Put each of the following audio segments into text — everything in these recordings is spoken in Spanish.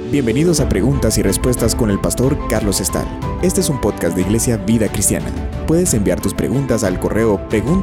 Bienvenidos a Preguntas y Respuestas con el pastor Carlos Estal. Este es un podcast de Iglesia Vida Cristiana. Puedes enviar tus preguntas al correo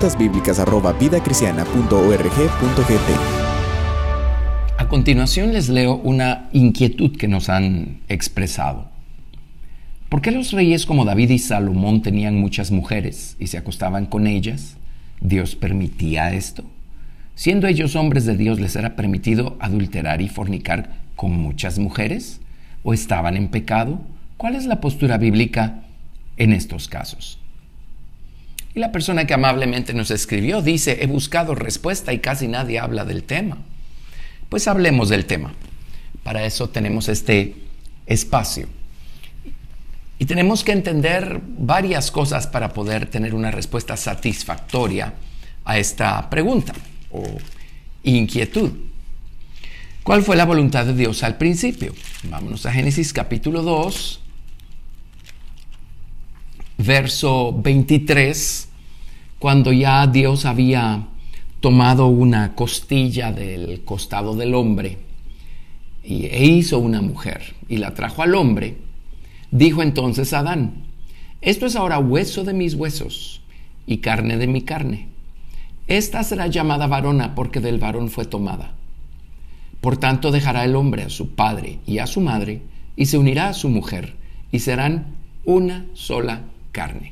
preguntasbiblicas@vidacristiana.org.gt. A continuación les leo una inquietud que nos han expresado. ¿Por qué los reyes como David y Salomón tenían muchas mujeres y se acostaban con ellas? ¿Dios permitía esto? Siendo ellos hombres de Dios, ¿les era permitido adulterar y fornicar con muchas mujeres? ¿O estaban en pecado? ¿Cuál es la postura bíblica en estos casos? Y la persona que amablemente nos escribió dice: he buscado respuesta y casi nadie habla del tema. Pues hablemos del tema. Para eso tenemos este espacio. Y tenemos que entender varias cosas para poder tener una respuesta satisfactoria a esta pregunta o inquietud. ¿Cuál fue la voluntad de Dios al principio? Vámonos a Génesis capítulo 2, verso 23, cuando ya Dios había tomado una costilla del costado del hombre e hizo una mujer y la trajo al hombre. Dijo entonces a Adán: esto es ahora hueso de mis huesos y carne de mi carne. Esta será llamada varona porque del varón fue tomada. Por tanto dejará el hombre a su padre y a su madre y se unirá a su mujer y serán una sola carne.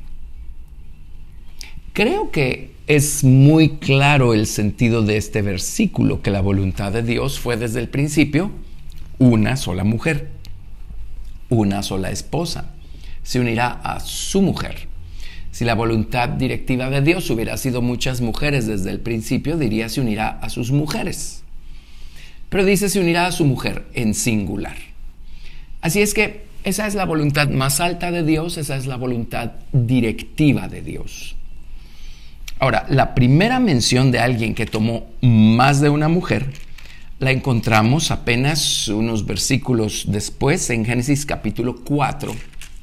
Creo que es muy claro el sentido de este versículo, que la voluntad de Dios fue desde el principio una sola mujer, una sola esposa. Se unirá a su mujer. Si la voluntad directiva de Dios hubiera sido muchas mujeres desde el principio, diría se unirá a sus mujeres. Pero dice se unirá a su mujer en singular. Así es que esa es la voluntad más alta de Dios, esa es la voluntad directiva de Dios. Ahora, la primera mención de alguien que tomó más de una mujer la encontramos apenas unos versículos después en Génesis capítulo 4,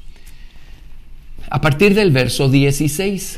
a partir del verso 16.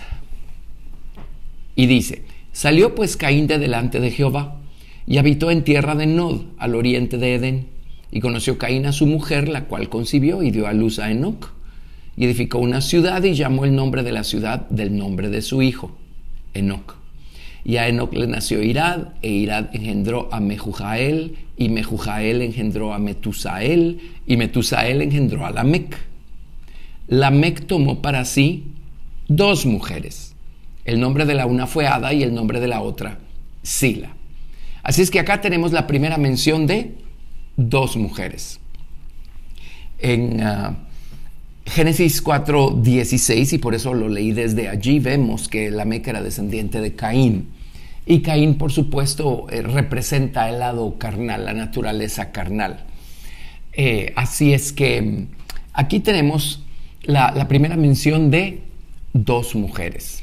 Y dice: salió pues Caín de delante de Jehová y habitó en tierra de Nod, al oriente de Edén. Y conoció Caín a su mujer, la cual concibió y dio a luz a Enoc. Y edificó una ciudad y llamó el nombre de la ciudad del nombre de su hijo, Enoc. Y a Enoc le nació Irad, e Irad engendró a Mehujael, y Mehujael engendró a Metusael, y Metusael engendró a Lamec. Lamec tomó para sí dos mujeres. El nombre de la una fue Ada y el nombre de la otra Sila. Así es que acá tenemos la primera mención de dos mujeres. En Génesis 4:16, y por eso lo leí desde allí, vemos que Lamec era descendiente de Caín. Y Caín, por supuesto, representa el lado carnal, la naturaleza carnal. Así es que aquí tenemos la primera mención de dos mujeres.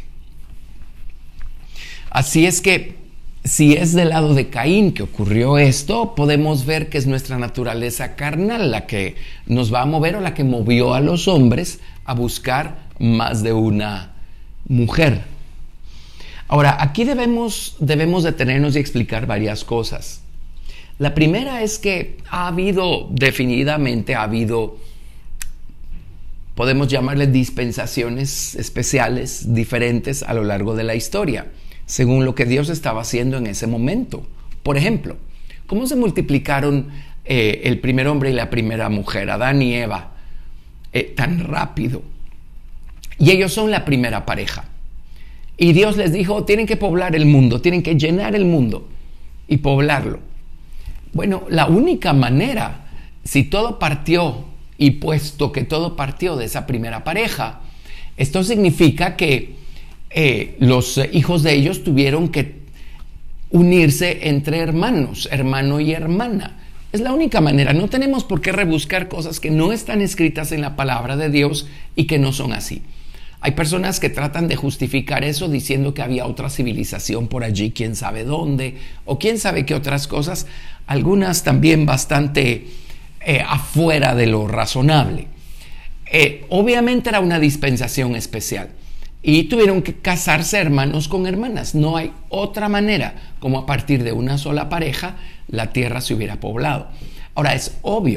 Así es que si es del lado de Caín que ocurrió esto, podemos ver que es nuestra naturaleza carnal la que nos va a mover, o la que movió a los hombres a buscar más de una mujer. Ahora, aquí debemos detenernos y explicar varias cosas. La primera es que definitivamente ha habido, podemos llamarle dispensaciones especiales, diferentes a lo largo de la historia, según lo que Dios estaba haciendo en ese momento. Por ejemplo, ¿cómo se multiplicaron el primer hombre y la primera mujer, Adán y Eva, tan rápido? Y ellos son la primera pareja. Y Dios les dijo: tienen que poblar el mundo, tienen que llenar el mundo y poblarlo. Bueno, la única manera, si todo partió, y puesto que todo partió de esa primera pareja, esto significa que los hijos de ellos tuvieron que unirse entre hermanos, hermano y hermana. Es la única manera. No tenemos por qué rebuscar cosas que no están escritas en la palabra de Dios y que no son así. Hay personas que tratan de justificar eso diciendo que había otra civilización por allí, quién sabe dónde, o quién sabe qué otras cosas, algunas también bastante afuera de lo razonable. Obviamente era una dispensación especial. Y tuvieron que casarse hermanos con hermanas. No hay otra manera como a partir de una sola pareja la tierra se hubiera poblado. Ahora, es obvio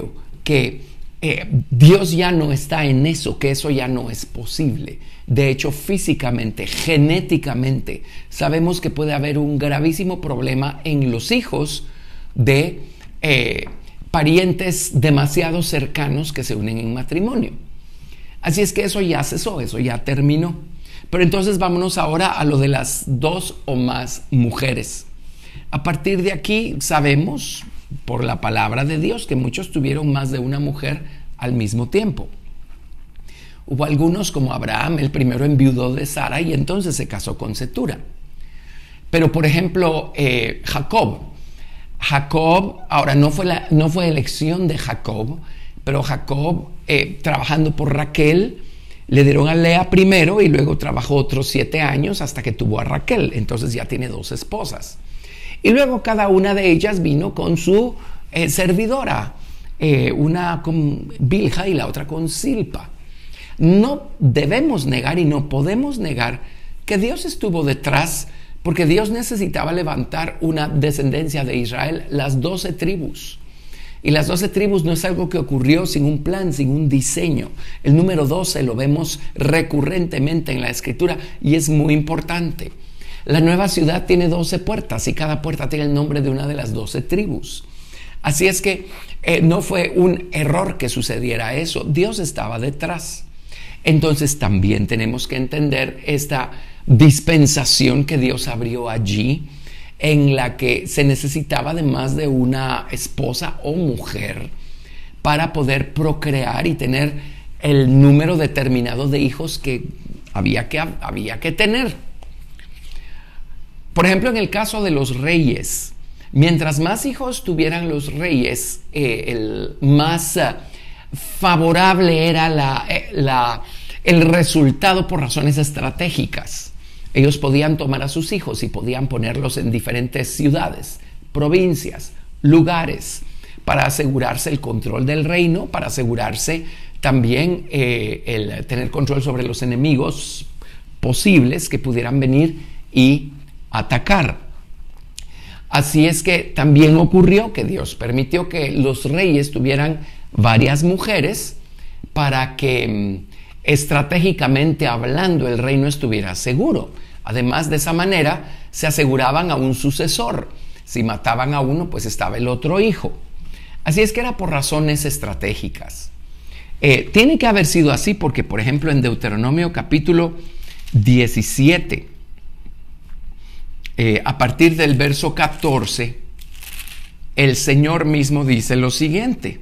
que Dios ya no está en eso, que eso ya no es posible. De hecho, físicamente, genéticamente, sabemos que puede haber un gravísimo problema en los hijos de parientes demasiado cercanos que se unen en matrimonio. Así es que eso ya cesó, eso ya terminó. Pero entonces vámonos ahora a lo de las 2 o más mujeres. A partir de aquí sabemos por la palabra de Dios que muchos tuvieron más de una mujer al mismo tiempo. Hubo algunos como Abraham, el primero enviudó de Sara y entonces se casó con Cetura. Pero por ejemplo Jacob, ahora no fue elección de Jacob, pero Jacob trabajando por Raquel le dieron a Lea primero y luego trabajó otros 7 años hasta que tuvo a Raquel. Entonces ya tiene 2 esposas. Y luego cada una de ellas vino con su servidora, una con Bilha y la otra con Silpa. No debemos negar y no podemos negar que Dios estuvo detrás, porque Dios necesitaba levantar una descendencia de Israel, las 12 tribus. Y las 12 tribus no es algo que ocurrió sin un plan, sin un diseño. El número 12 lo vemos recurrentemente en la Escritura y es muy importante. La nueva ciudad tiene 12 puertas y cada puerta tiene el nombre de una de las 12 tribus. Así es que no fue un error que sucediera eso. Dios estaba detrás. Entonces también tenemos que entender esta dispensación que Dios abrió allí, en la que se necesitaba de más de una esposa o mujer para poder procrear y tener el número determinado de hijos que había que tener. Por ejemplo, en el caso de los reyes, mientras más hijos tuvieran los reyes, el más favorable era el resultado por razones estratégicas. Ellos podían tomar a sus hijos y podían ponerlos en diferentes ciudades, provincias, lugares, para asegurarse el control del reino, para asegurarse también el tener control sobre los enemigos posibles que pudieran venir y atacar. Así es que también ocurrió que Dios permitió que los reyes tuvieran varias mujeres para que estratégicamente hablando el reino estuviera seguro. Además, de esa manera se aseguraban a un sucesor. Si mataban a uno, pues estaba el otro hijo. Así es que era por razones estratégicas. Tiene que haber sido así porque, por ejemplo, en Deuteronomio capítulo 17, a partir del verso 14, el Señor mismo dice lo siguiente.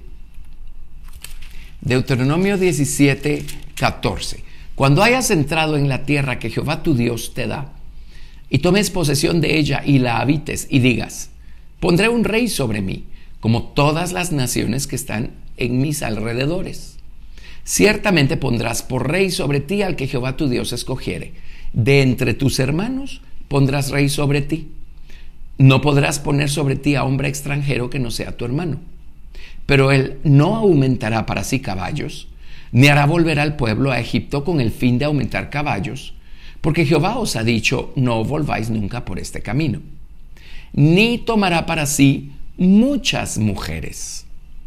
Deuteronomio 17, 14. Cuando hayas entrado en la tierra que Jehová tu Dios te da, y tomes posesión de ella y la habites, y digas, pondré un rey sobre mí, como todas las naciones que están en mis alrededores. Ciertamente pondrás por rey sobre ti al que Jehová tu Dios escogiere. De entre tus hermanos pondrás rey sobre ti. No podrás poner sobre ti a hombre extranjero que no sea tu hermano. Pero él no aumentará para sí caballos, ni hará volver al pueblo a Egipto con el fin de aumentar caballos, porque Jehová os ha dicho, no volváis nunca por este camino. Ni tomará para sí muchas mujeres.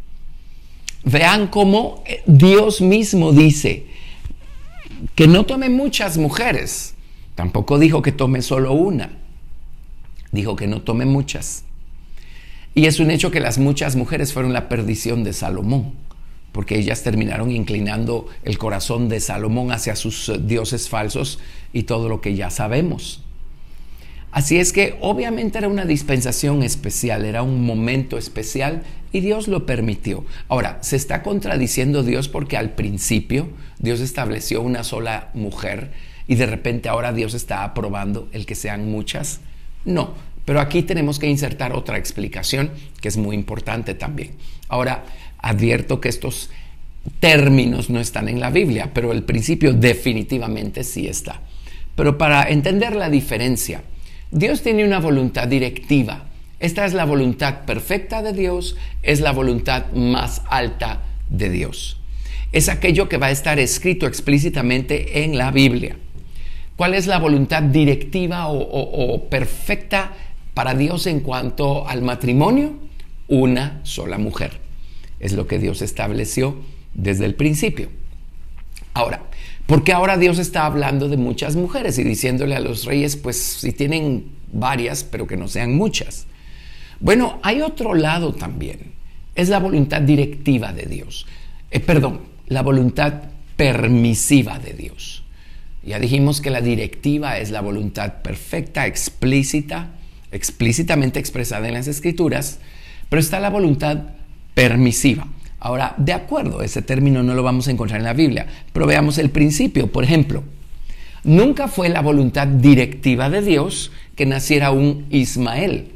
Vean cómo Dios mismo dice que no tome muchas mujeres. Tampoco dijo que tome solo una. Dijo que no tome muchas. Y es un hecho que las muchas mujeres fueron la perdición de Salomón, porque ellas terminaron inclinando el corazón de Salomón hacia sus dioses falsos y todo lo que ya sabemos. Así es que obviamente era una dispensación especial, era un momento especial y Dios lo permitió. Ahora, ¿se está contradiciendo Dios porque al principio Dios estableció una sola mujer y de repente ahora Dios está aprobando el que sean muchas? No, pero aquí tenemos que insertar otra explicación que es muy importante también. Ahora, advierto que estos términos no están en la Biblia, pero el principio definitivamente sí está. Pero para entender la diferencia, Dios tiene una voluntad directiva. Esta es la voluntad perfecta de Dios, es la voluntad más alta de Dios. Es aquello que va a estar escrito explícitamente en la Biblia. ¿Cuál es la voluntad directiva o perfecta para Dios en cuanto al matrimonio? Una sola mujer. Es lo que Dios estableció desde el principio. Ahora, ¿por qué ahora Dios está hablando de muchas mujeres y diciéndole a los reyes, pues si tienen varias, pero que no sean muchas? Bueno, hay otro lado también. Es la voluntad directiva de Dios. La voluntad permisiva de Dios. Ya dijimos que la directiva es la voluntad perfecta, explícitamente expresada en las Escrituras, pero está la voluntad permisiva. Ahora, de acuerdo, ese término no lo vamos a encontrar en la Biblia, pero veamos el principio. Por ejemplo, nunca fue la voluntad directiva de Dios que naciera un Ismael.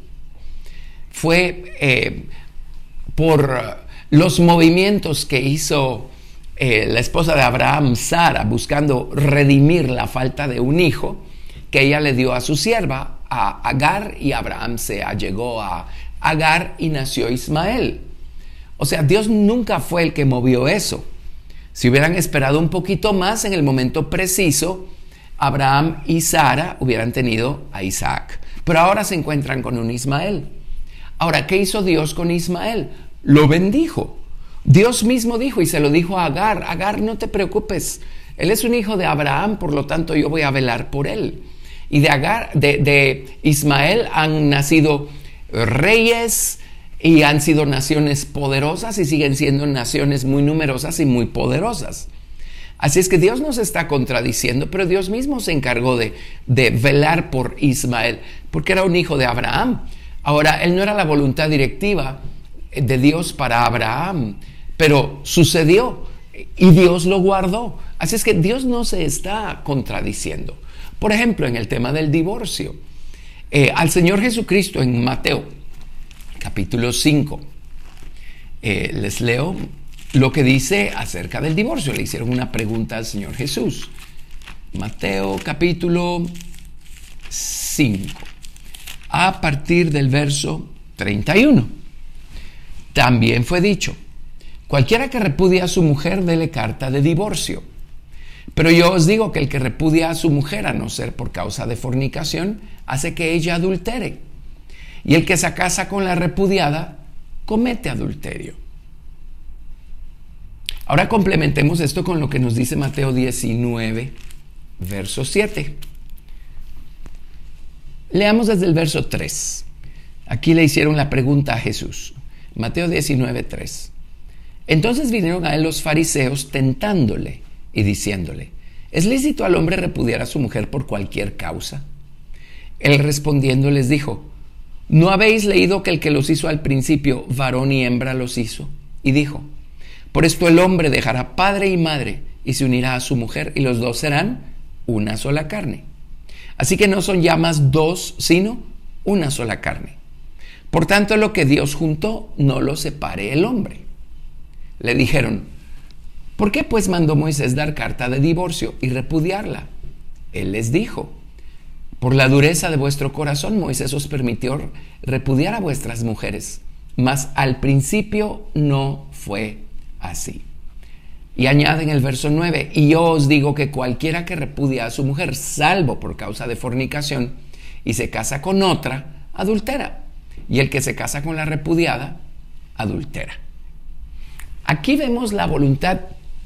Fue por los movimientos que hizo la esposa de Abraham, Sara, buscando redimir la falta de un hijo, que ella le dio a su sierva, a Agar, y Abraham se allegó a Agar y nació Ismael. O sea, Dios nunca fue el que movió eso. Si hubieran esperado un poquito más, en el momento preciso, Abraham y Sara hubieran tenido a Isaac. Pero ahora se encuentran con un Ismael. Ahora, ¿qué hizo Dios con Ismael? Lo bendijo. Dios mismo dijo, y se lo dijo a Agar: Agar, no te preocupes, él es un hijo de Abraham, por lo tanto yo voy a velar por él. Y de Ismael han nacido reyes y han sido naciones poderosas y siguen siendo naciones muy numerosas y muy poderosas. Así es que Dios no se está contradiciendo, pero Dios mismo se encargó de velar por Ismael, porque era un hijo de Abraham. Ahora, él no era la voluntad directiva de Dios para Abraham, pero sucedió y Dios lo guardó. Así es que Dios no se está contradiciendo. Por ejemplo, en el tema del divorcio, al Señor Jesucristo en Mateo capítulo 5, les leo lo que dice acerca del divorcio. Le hicieron una pregunta al Señor Jesús. Mateo capítulo 5, a partir del verso 31. También fue dicho: cualquiera que repudia a su mujer, dele carta de divorcio. Pero yo os digo que el que repudia a su mujer, a no ser por causa de fornicación, hace que ella adultere. Y el que se casa con la repudiada, comete adulterio. Ahora complementemos esto con lo que nos dice Mateo 19, verso 7. Leamos desde el verso 3. Aquí le hicieron la pregunta a Jesús. Mateo 19, 3. Entonces vinieron a él los fariseos tentándole y diciéndole: ¿es lícito al hombre repudiar a su mujer por cualquier causa? Él respondiendo les dijo: ¿no habéis leído que el que los hizo al principio, varón y hembra los hizo? Y dijo: por esto el hombre dejará padre y madre y se unirá a su mujer, y los dos serán una sola carne. Así que no son ya más dos, sino una sola carne. Por tanto, lo que Dios juntó, no lo separe el hombre. Le dijeron: ¿por qué pues mandó Moisés dar carta de divorcio y repudiarla? Él les dijo: por la dureza de vuestro corazón, Moisés os permitió repudiar a vuestras mujeres, mas al principio no fue así. Y añade en el verso 9: y yo os digo que cualquiera que repudia a su mujer, salvo por causa de fornicación, y se casa con otra, adultera. Y el que se casa con la repudiada, adultera. Aquí vemos la voluntad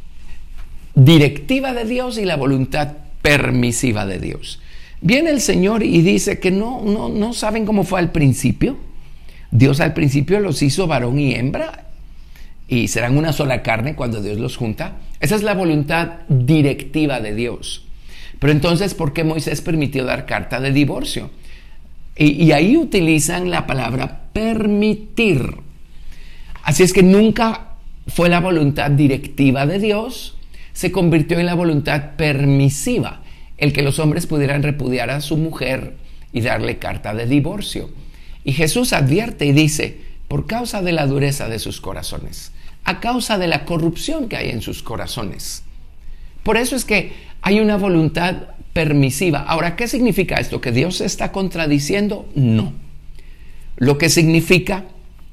directiva de Dios y la voluntad permisiva de Dios. Viene el Señor y dice que no saben cómo fue al principio. Dios al principio los hizo varón y hembra y serán una sola carne cuando Dios los junta. Esa es la voluntad directiva de Dios. Pero entonces, ¿por qué Moisés permitió dar carta de divorcio? Y ahí utilizan la palabra permitir. Así es que nunca fue la voluntad directiva de Dios, se convirtió en la voluntad permisiva, el que los hombres pudieran repudiar a su mujer y darle carta de divorcio. Y Jesús advierte y dice: por causa de la dureza de sus corazones, a causa de la corrupción que hay en sus corazones. Por eso es que hay una voluntad permisiva. Ahora, ¿qué significa esto? ¿Que Dios se está contradiciendo? No. Lo que significa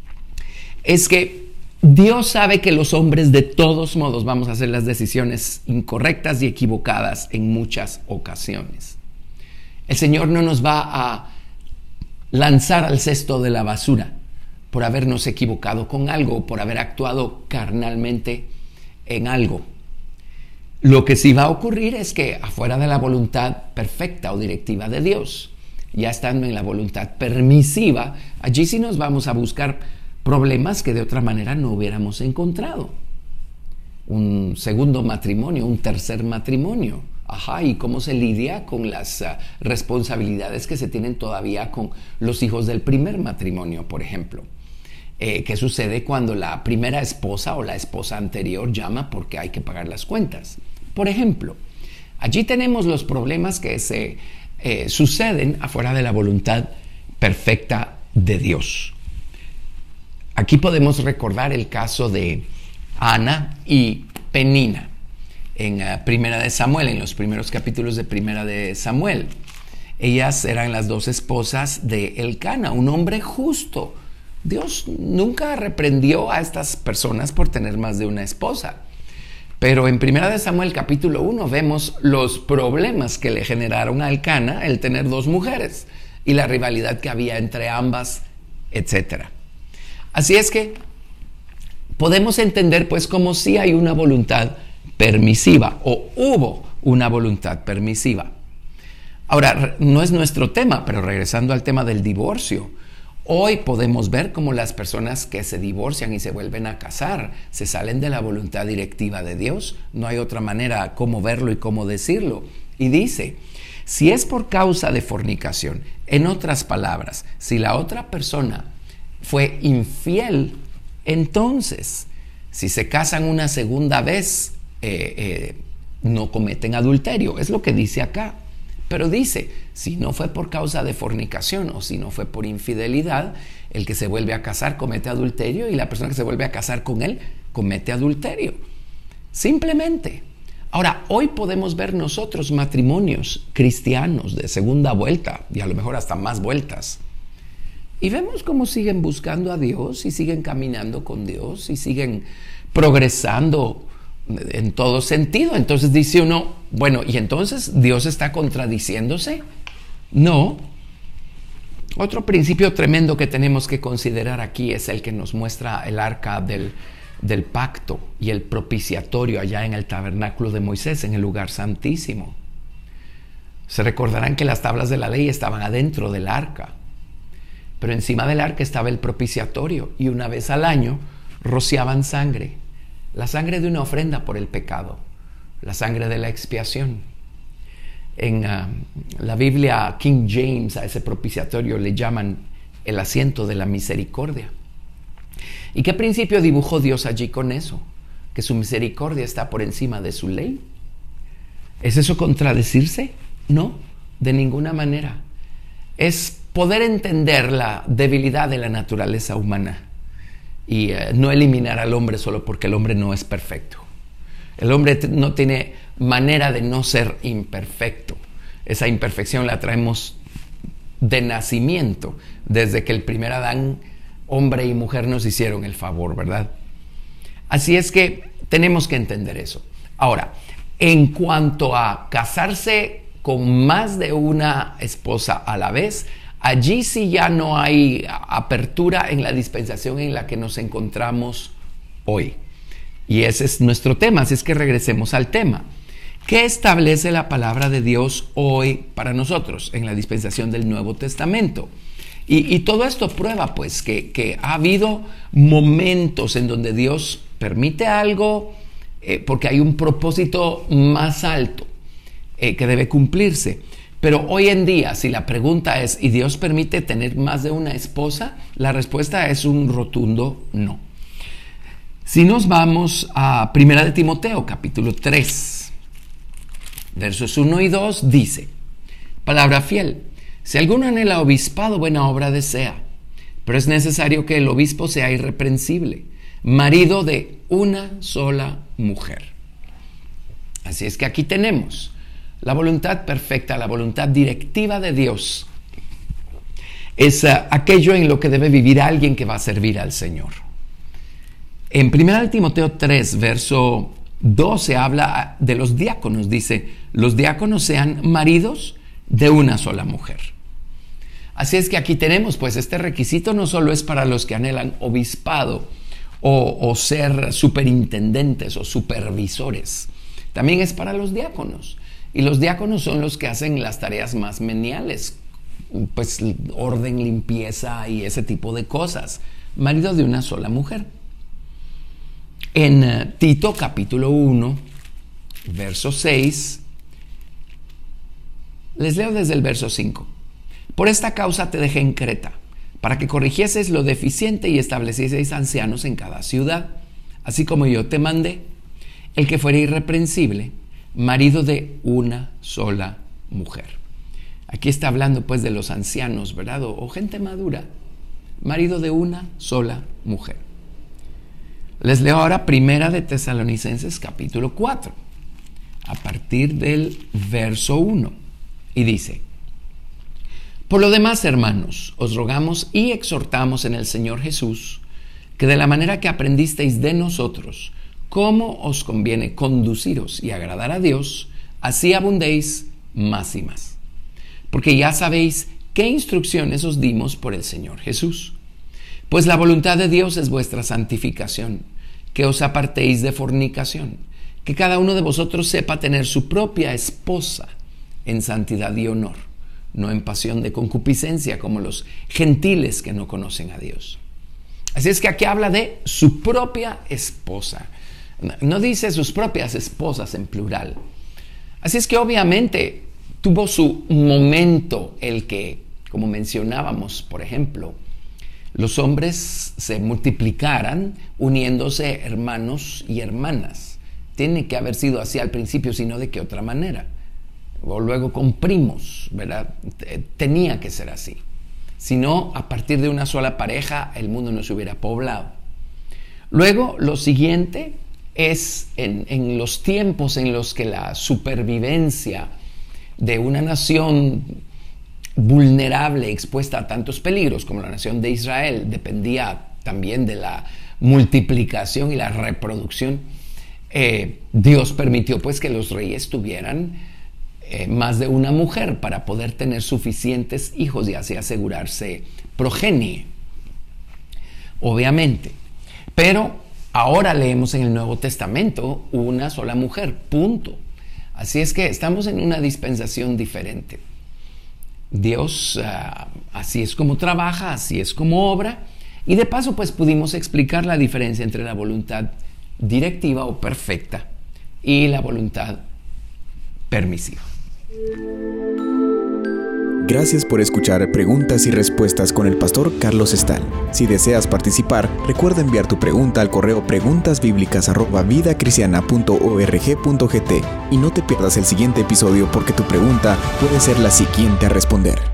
es que Dios sabe que los hombres de todos modos vamos a hacer las decisiones incorrectas y equivocadas en muchas ocasiones. El Señor no nos va a lanzar al cesto de la basura por habernos equivocado con algo, por haber actuado carnalmente en algo. Lo que sí va a ocurrir es que afuera de la voluntad perfecta o directiva de Dios, ya estando en la voluntad permisiva, allí sí nos vamos a buscar problemas que de otra manera no hubiéramos encontrado. Un segundo matrimonio, un tercer matrimonio. ¿Y cómo se lidia con las responsabilidades que se tienen todavía con los hijos del primer matrimonio, por ejemplo? ¿Qué sucede cuando la primera esposa o la esposa anterior llama porque hay que pagar las cuentas? Por ejemplo, allí tenemos los problemas que se suceden afuera de la voluntad perfecta de Dios. Aquí podemos recordar el caso de Ana y Penina en Primera de Samuel, en los primeros capítulos de Primera de Samuel. Ellas eran las dos esposas de Elcana, un hombre justo. Dios nunca reprendió a estas personas por tener más de una esposa. Pero en Primera de Samuel capítulo 1 vemos los problemas que le generaron a Elcana el tener dos mujeres y la rivalidad que había entre ambas, etc. Así es que podemos entender pues como si hay una voluntad permisiva o hubo una voluntad permisiva. Ahora, no es nuestro tema, pero regresando al tema del divorcio, hoy podemos ver cómo las personas que se divorcian y se vuelven a casar se salen de la voluntad directiva de Dios. No hay otra manera cómo verlo y cómo decirlo. Y dice, si es por causa de fornicación, en otras palabras, si la otra persona fue infiel, entonces, si se casan una segunda vez, no cometen adulterio. Es lo que dice acá. Pero dice, si no fue por causa de fornicación o si no fue por infidelidad, el que se vuelve a casar comete adulterio y la persona que se vuelve a casar con él comete adulterio. Simplemente. Ahora, hoy podemos ver nosotros matrimonios cristianos de segunda vuelta y a lo mejor hasta más vueltas. Y vemos cómo siguen buscando a Dios y siguen caminando con Dios y siguen progresando en todo sentido. Entonces dice uno, bueno, ¿y entonces Dios está contradiciéndose? No. Otro principio tremendo que tenemos que considerar aquí es el que nos muestra el arca del pacto y el propiciatorio allá en el tabernáculo de Moisés, en el lugar santísimo. Se recordarán que las tablas de la ley estaban adentro del arca, pero encima del arca estaba el propiciatorio y una vez al año rociaban sangre. La sangre de una ofrenda por el pecado, la sangre de la expiación. En la Biblia King James a ese propiciatorio le llaman el asiento de la misericordia. ¿Y qué principio dibujó Dios allí con eso? Que su misericordia está por encima de su ley. ¿Es eso contradecirse? No, de ninguna manera. Es poder entender la debilidad de la naturaleza humana. Y no eliminar al hombre solo porque el hombre no es perfecto. El hombre no tiene manera de no ser imperfecto. Esa imperfección la traemos de nacimiento, desde que el primer Adán, hombre y mujer, nos hicieron el favor, ¿verdad? Así es que tenemos que entender eso. Ahora, en cuanto a casarse con más de una esposa a la vez, allí sí ya no hay apertura en la dispensación en la que nos encontramos hoy. Y ese es nuestro tema, así es que regresemos al tema. ¿Qué establece la palabra de Dios hoy para nosotros en la dispensación del Nuevo Testamento? Y todo esto prueba pues que ha habido momentos en donde Dios permite algo porque hay un propósito más alto que debe cumplirse. Pero hoy en día, si la pregunta es, ¿y Dios permite tener más de una esposa? La respuesta es un rotundo no. Si nos vamos a 1 de Timoteo, capítulo 3, versos 1 y 2, dice, palabra fiel, si alguno anhela obispado, buena obra desea, pero es necesario que el obispo sea irreprensible, marido de una sola mujer. Así es que aquí tenemos la voluntad perfecta, la voluntad directiva de Dios. Es aquello en lo que debe vivir alguien que va a servir al Señor. En 1 Timoteo 3, verso 12, habla de los diáconos. Dice, los diáconos sean maridos de una sola mujer. Así es que aquí tenemos, pues este requisito no solo es para los que anhelan obispado o ser superintendentes o supervisores, también es para los diáconos. Y los diáconos son los que hacen las tareas más meniales, pues orden, limpieza y ese tipo de cosas. Marido de una sola mujer. En Tito capítulo 1, verso 6, les leo desde el verso 5. Por esta causa te dejé en Creta, para que corrigieses lo deficiente y establecieseis ancianos en cada ciudad, así como yo te mandé, el que fuera irreprensible, marido de una sola mujer. Aquí está hablando pues de los ancianos, ¿verdad? O gente madura, marido de una sola mujer. Les leo ahora Primera de Tesalonicenses capítulo 4, a partir del verso 1, y dice: por lo demás, hermanos, os rogamos y exhortamos en el Señor Jesús, que de la manera que aprendisteis de nosotros, cómo os conviene conduciros y agradar a Dios, así abundéis más y más. Porque ya sabéis qué instrucciones os dimos por el Señor Jesús. Pues la voluntad de Dios es vuestra santificación, que os apartéis de fornicación, que cada uno de vosotros sepa tener su propia esposa en santidad y honor, no en pasión de concupiscencia como los gentiles que no conocen a Dios. Así es que aquí habla de su propia esposa. No dice sus propias esposas en plural. Así es que obviamente tuvo su momento el que, como mencionábamos, por ejemplo, los hombres se multiplicaran uniéndose hermanos y hermanas. Tiene que haber sido así al principio, sino de qué otra manera. O luego con primos, ¿verdad? Tenía que ser así. Si no, a partir de una sola pareja, el mundo no se hubiera poblado. Luego, lo siguiente es en los tiempos en los que la supervivencia de una nación vulnerable, expuesta a tantos peligros como la nación de Israel, dependía también de la multiplicación y la reproducción. Dios permitió pues que los reyes tuvieran más de una mujer para poder tener suficientes hijos y así asegurarse progenie, obviamente. Pero ahora leemos en el Nuevo Testamento una sola mujer, punto. Así es que estamos en una dispensación diferente. Dios así es como trabaja, así es como obra, y de paso pues pudimos explicar la diferencia entre la voluntad directiva o perfecta y la voluntad permisiva. Gracias por escuchar Preguntas y Respuestas con el pastor Carlos Estal. Si deseas participar, recuerda enviar tu pregunta al correo preguntasbiblicas@vidacristiana.org.gt y no te pierdas el siguiente episodio porque tu pregunta puede ser la siguiente a responder.